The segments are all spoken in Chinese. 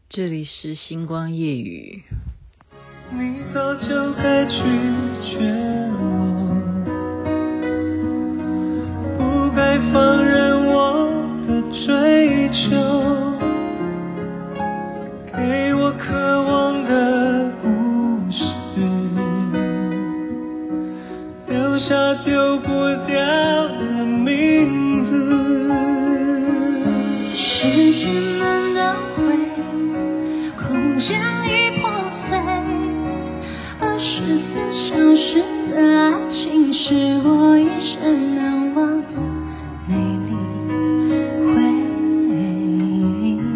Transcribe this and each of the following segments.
这里是星光夜语。 你早就该拒绝我，不该放任我的追求，给我渴望的故事，留下丢不掉的名字。 时间难倒回，空间已破碎，24小时的爱情是我一生难忘的美丽回忆。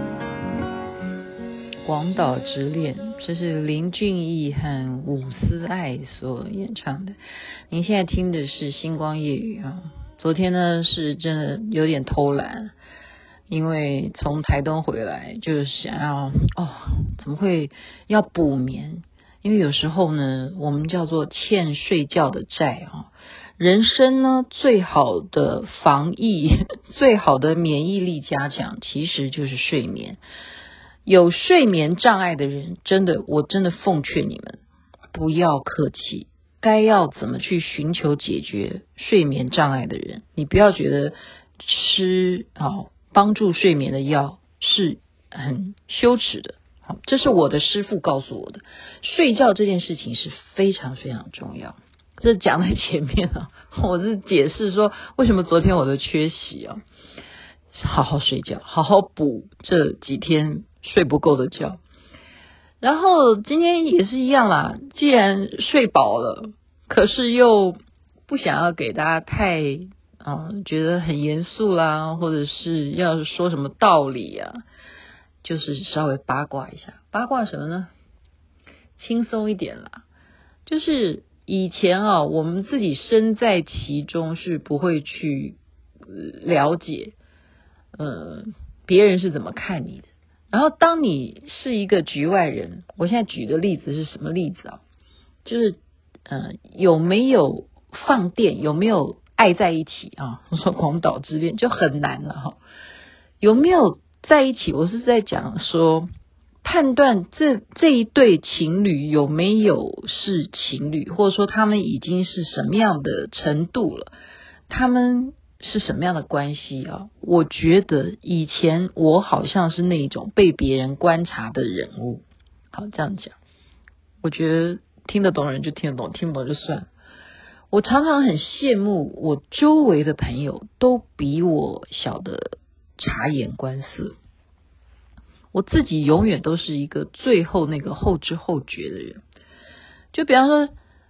广岛之恋，这是林俊逸和伍思爱所演唱的。您现在听的是星光夜语啊。昨天呢是真的有点偷懒，因为从台东回来就是想要怎么会要补眠？因为有时候呢，我们叫做欠睡觉的债啊。人生呢，最好的防疫、最好的免疫力加强，其实就是睡眠。有睡眠障碍的人，我真的奉劝你们不要客气，该要怎么去寻求解决睡眠障碍的人，你不要觉得吃帮助睡眠的药是很羞耻的。好，这是我的师父告诉我的，睡觉这件事情是非常非常重要。这讲在前面啊，我是解释说为什么昨天我的缺席啊，好好睡觉，好好补这几天睡不够的觉。然后今天也是一样啦，既然睡饱了，可是又不想要给大家太觉得很严肃啦，或者是要说什么道理啊，就是稍微八卦一下。八卦什么呢？轻松一点啦。就是以前我们自己身在其中是不会去了解别人是怎么看你的。然后当你是一个局外人，我现在举的例子是什么例子啊？就是有没有放电，有没有爱在一起啊？我说广岛之恋就很难了哈。有没有在一起？我是在讲说判断这一对情侣有没有是情侣，或者说他们已经是什么样的程度了，他们是什么样的关系啊？我觉得以前我好像是那种被别人观察的人物。好，这样讲，我觉得听得懂人就听得懂，听不懂就算了。我常常很羡慕我周围的朋友都比我晓得察言观色，我自己永远都是一个最后那个后知后觉的人。就比方说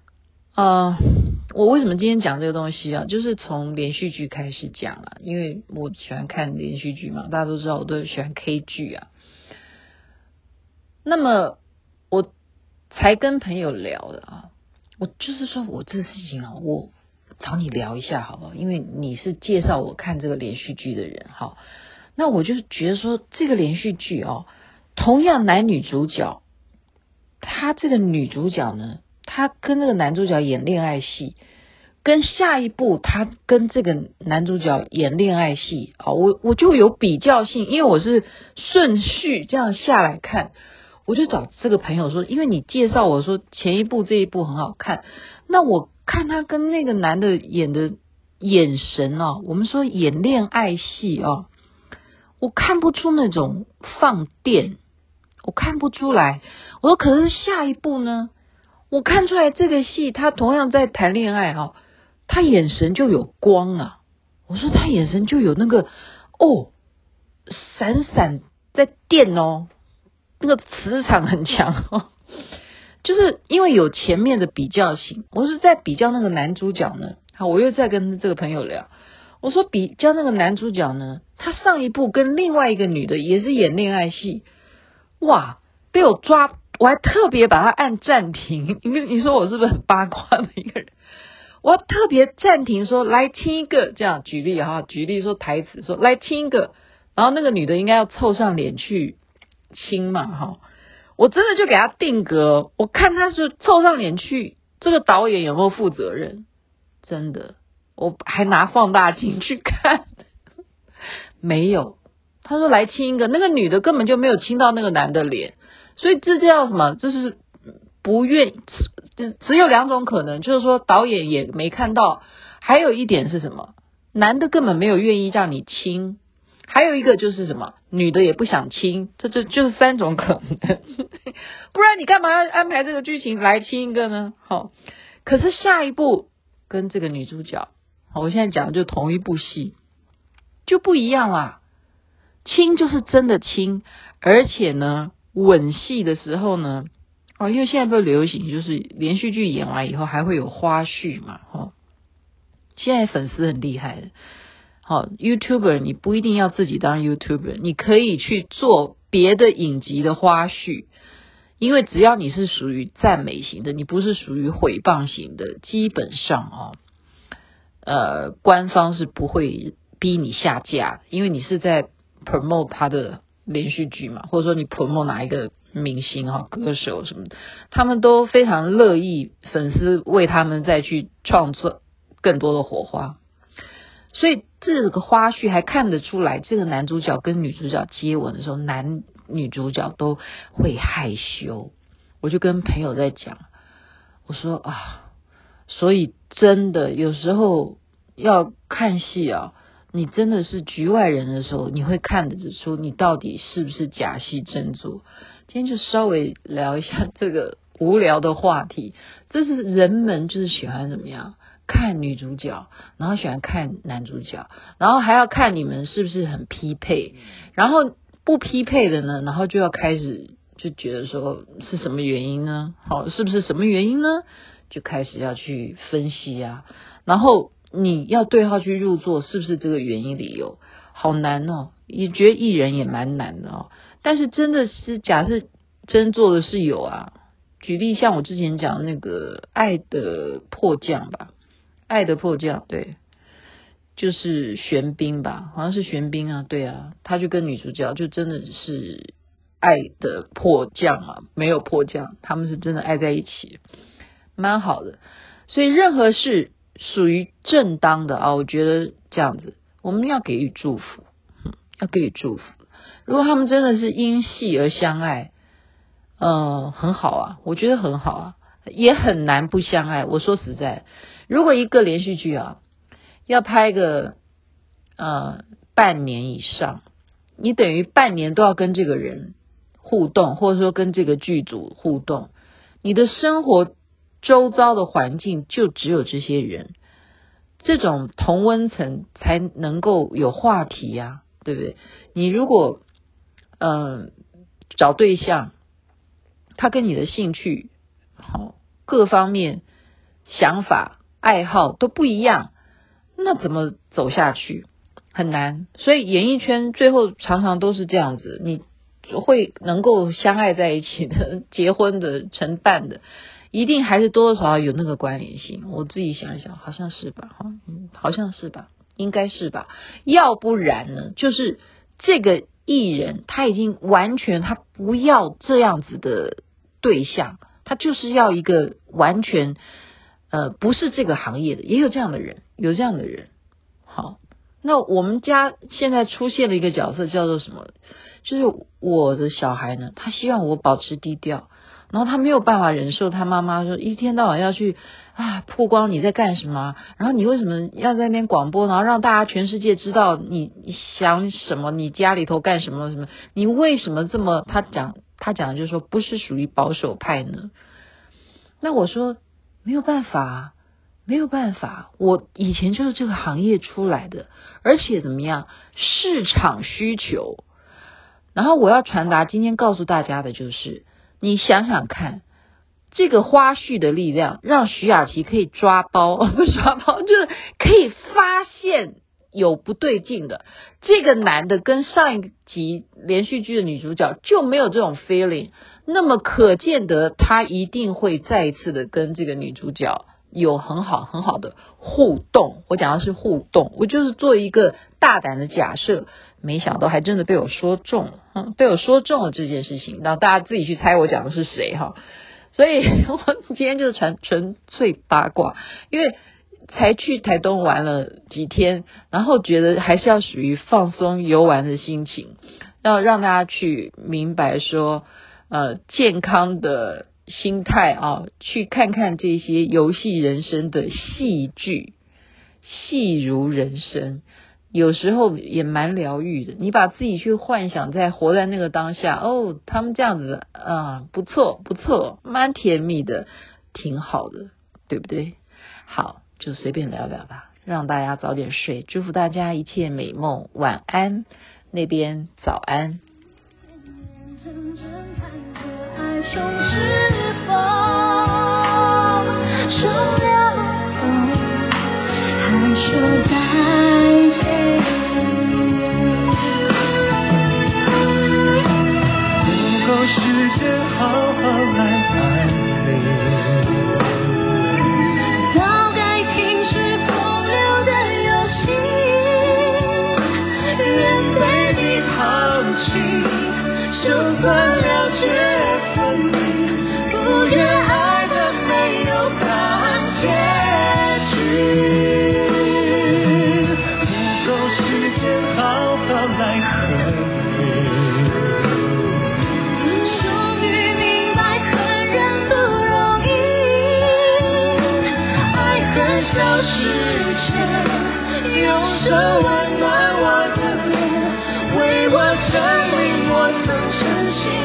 我为什么今天讲这个东西啊？就是从连续剧开始讲了，因为我喜欢看连续剧嘛，大家都知道我都喜欢 K 剧啊。那么我才跟朋友聊的啊，我就是说我这个事情啊，我找你聊一下好不好？因为你是介绍我看这个连续剧的人，好，那我就觉得说这个连续剧同样男女主角，他这个女主角呢，她跟这个男主角演恋爱戏，跟下一部他跟这个男主角演恋爱戏我就有比较性，因为我是顺序这样下来看。我就找这个朋友说，因为你介绍我说前一部这一部很好看，那我看他跟那个男的演的眼神我们说演恋爱戏我看不出那种放电，我看不出来。我说可是下一部呢，我看出来这个戏他同样在谈恋爱他眼神就有光啊。我说他眼神就有那个闪闪在电那个磁场很强就是因为有前面的比较性。我是在比较那个男主角呢，好，我又在跟这个朋友聊，我说比较那个男主角呢，他上一部跟另外一个女的也是演恋爱戏，哇，被我抓，我还特别把它按暂停。你说我是不是很八卦的一个人？我要特别暂停说来亲一个，这样举例说台词说来亲一个，然后那个女的应该要凑上脸去亲嘛我真的就给他定格，我看他是凑上脸去，这个导演有没有负责任？真的，我还拿放大镜去看，没有， 他说来亲一个，那个女的根本就没有亲到那个男的脸，所以这叫什么？就是不愿，只有2种可能，就是说导演也没看到，还有一点是什么？男的根本没有愿意让你亲，还有一个就是什么？女的也不想亲，这就是3种可能，不然你干嘛要安排这个剧情来亲一个呢？好，可是下一部跟这个女主角，我现在讲的就同一部戏，就不一样啦。亲就是真的亲，而且呢，吻戏的时候呢，因为现在不流行，就是连续剧演完以后还会有花絮嘛，现在粉丝很厉害的。YouTuber 你不一定要自己当 YouTuber， 你可以去做别的影集的花絮，因为只要你是属于赞美型的，你不是属于毁谤型的，基本上官方是不会逼你下架，因为你是在 promote 他的连续剧嘛，或者说你 promote 哪一个明星歌手什么的，他们都非常乐意粉丝为他们再去创作更多的火花。所以这个花絮还看得出来，这个男主角跟女主角接吻的时候，男女主角都会害羞。我就跟朋友在讲，我说所以真的有时候要看戏你真的是局外人的时候，你会看得出你到底是不是假戏真做。今天就稍微聊一下这个无聊的话题，这是人们就是喜欢怎么样看女主角，然后喜欢看男主角，然后还要看你们是不是很匹配，然后不匹配的呢，然后就要开始就觉得说是什么原因呢？是不是什么原因呢？就开始要去分析然后你要对号去入座，是不是这个原因理由？好难也觉得艺人也蛮难的但是真的是假设真做的是有举例像我之前讲那个爱的迫降吧，爱的迫降，对，就是玄彬吧，好像是玄彬对他就跟女主角就真的是爱的迫降没有迫降，他们是真的爱在一起，蛮好的。所以任何事属于正当的我觉得这样子我们要给予祝福，要给予祝福。如果他们真的是因戏而相爱，很好我觉得很好也很难不相爱。我说实在，如果一个连续剧要拍个半年以上，你等于半年都要跟这个人互动，或者说跟这个剧组互动，你的生活周遭的环境就只有这些人，这种同温层才能够有话题对不对？你如果找对象，他跟你的兴趣各方面想法爱好都不一样，那怎么走下去？很难。所以演艺圈最后常常都是这样子，你会能够相爱在一起的结婚的成伴的，一定还是多多少少有那个关联性。我自己想一想，好像是吧好像是吧，应该是吧。要不然呢，就是这个艺人他已经完全他不要这样子的对象，他就是要一个完全不是这个行业的，也有这样的人，有这样的人。好，那我们家现在出现了一个角色叫做什么？就是我的小孩呢，他希望我保持低调，然后他没有办法忍受他妈妈说一天到晚要去曝光你在干什么，然后你为什么要在那边广播，然后让大家全世界知道你想什么，你家里头干什么什么，你为什么这么他讲的就是说不是属于保守派呢？那我说没有办法，没有办法，我以前就是这个行业出来的，而且怎么样，市场需求。然后我要传达今天告诉大家的就是，你想想看，这个花絮的力量让徐雅琪可以抓包，不是抓包，就是可以发现有不对劲的。这个男的跟上一集连续剧的女主角就没有这种 feeling， 那么可见得他一定会再一次的跟这个女主角有很好很好的互动。我讲的是互动，我就是做一个大胆的假设，没想到还真的被我说中了，被我说中了这件事情，让大家自己去猜我讲的是谁所以我今天就是纯粹八卦，因为才去台东玩了几天，然后觉得还是要属于放松游玩的心情，要让大家去明白说健康的心态啊，去看看这些游戏人生的戏剧，戏如人生，有时候也蛮疗愈的。你把自己去幻想在活在那个当下，哦，他们这样子不错不错，蛮甜蜜的，挺好的，对不对？好，就随便聊聊吧，让大家早点睡，祝福大家一切美梦，晚安，那边早安。 如果时间好好来爱你， 早该停止风流的游戏，人对你好奇，就算了解分离，不愿爱的没有大结局。 如果时间好好来和你， 终于明白看人不容易，爱恨消失前，用手温暖我的脸，为我证明我曾真心